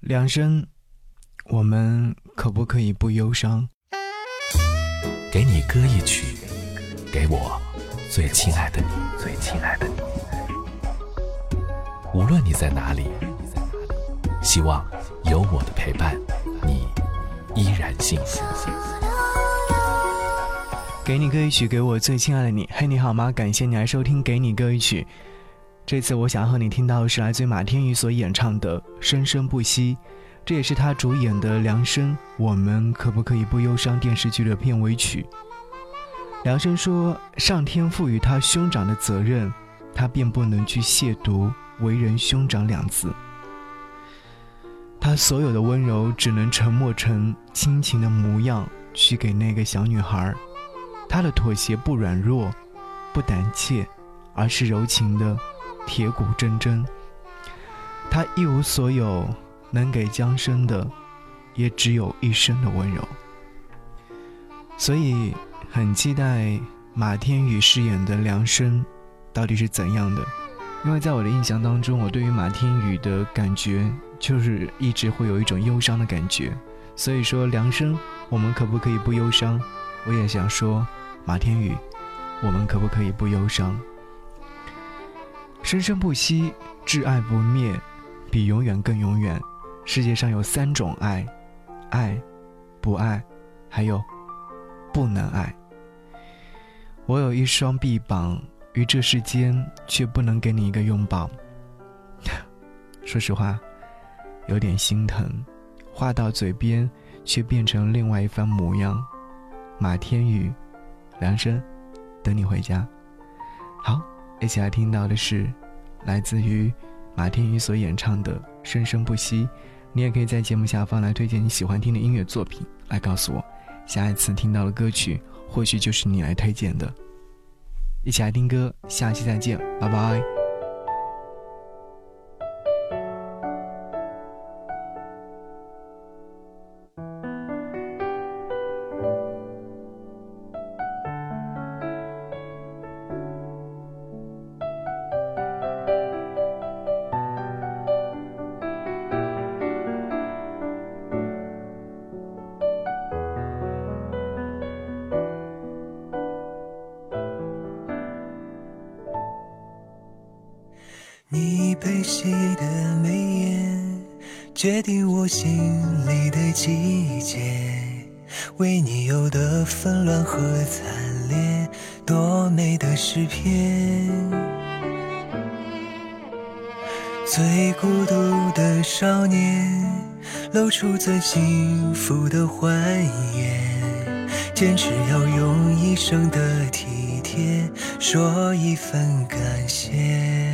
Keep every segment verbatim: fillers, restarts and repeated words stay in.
两声，我们可不可以不忧伤？ 给你歌一曲，给我最亲爱的你，最亲爱的你。无论你在哪里，希望有我的陪伴，你依然幸福。 给你歌一曲，给我最亲爱的你。嘿，你好吗？感谢你来收听给你歌一曲。这次我想和你听到的是来自于马天宇所演唱的《生生不息》，这也是他主演的《梁生我们可不可以不忧伤》电视剧的片尾曲。梁生说，上天赋予他兄长的责任，他便不能去亵渎为人兄长两字。他所有的温柔只能沉默成亲情的模样，去给那个小女孩。他的妥协不软弱，不胆怯，而是柔情的铁骨铮铮。他一无所有，能给江生的也只有一生的温柔。所以很期待马天宇饰演的梁生到底是怎样的，因为在我的印象当中，我对于马天宇的感觉就是一直会有一种忧伤的感觉。所以说梁生我们可不可以不忧伤，我也想说马天宇我们可不可以不忧伤。生生不息，挚爱不灭，比永远更永远。世界上有三种爱，爱、不爱，还有不能爱。我有一双臂膀，于这世间却不能给你一个拥抱。说实话，有点心疼，话到嘴边却变成另外一番模样。马天宇，梁生，等你回家。好，一起来听到的是来自于马天宇所演唱的《生生不息》。你也可以在节目下方来推荐你喜欢听的音乐作品，来告诉我下一次听到的歌曲或许就是你来推荐的。一起来听歌，下期再见，拜拜。 你悲喜的眉眼，决定我心里的季节。为你有的纷乱和惨烈，多美的诗篇。最孤独的少年，露出最幸福的欢颜，坚持要用一生的体贴，说一份感谢。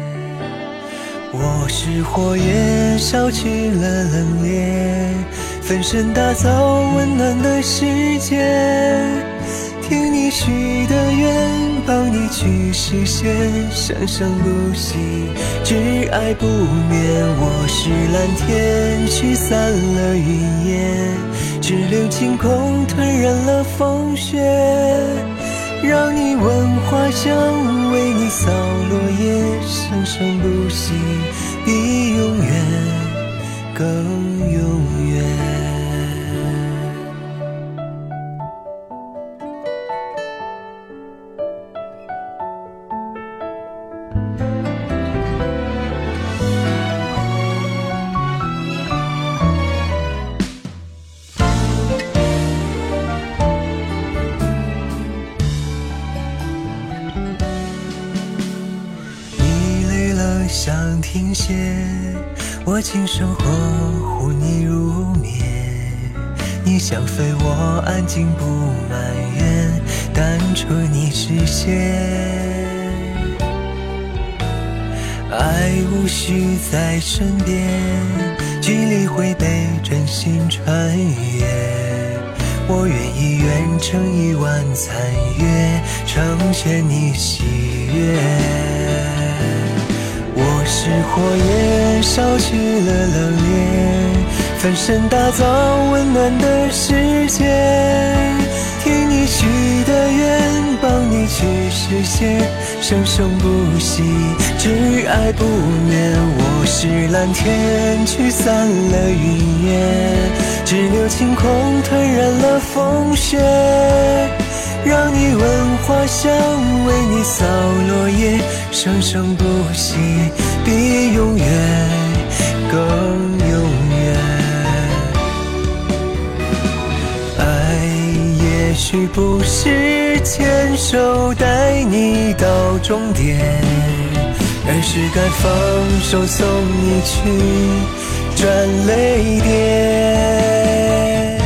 我是火焰，烧去了冷冽，分身打造温暖的世界。听你许的愿，帮你去实现，生生不息，挚爱不灭。我是蓝天，驱散了云烟，只留晴空，吞染了风雪。让你闻花香，为你扫落叶，生生不息，比永远更永远。想停歇，我轻声呵护你入眠。你想飞，我安静不埋怨，单纯你视线。爱无需在身边，距离会被真心穿越。我愿意远程一万残月，成全你喜悦。我是火焰，烧去了冷冽，分身打造温暖的世界。 听你许的愿，帮你去实现，生生不息，挚爱不眠。我是蓝天驱散了云烟，只留晴空吞染了风雪，让你闻花香，为你扫落叶，生生不息，比永远更永远。爱也许不是牵手带你到终点，而是该放手送你去转泪点。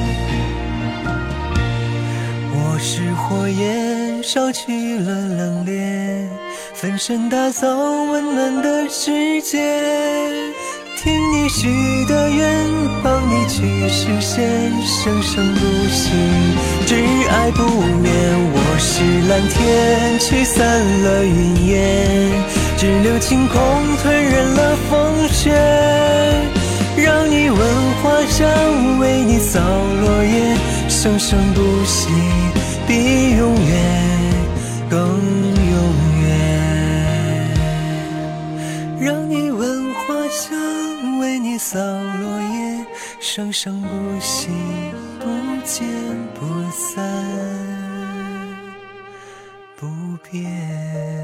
我是火焰烧去了冷冽，分身打造温暖的世界，听你许的愿，帮你去实现，生生不息，挚爱不眠。我是蓝天驱散了云烟，只留晴空吞忍了风雪，让你闻花香，为你扫落叶，生生不息，比永远更永远。让你闻花香，为你扫落叶，生生不息，不见不散，不变。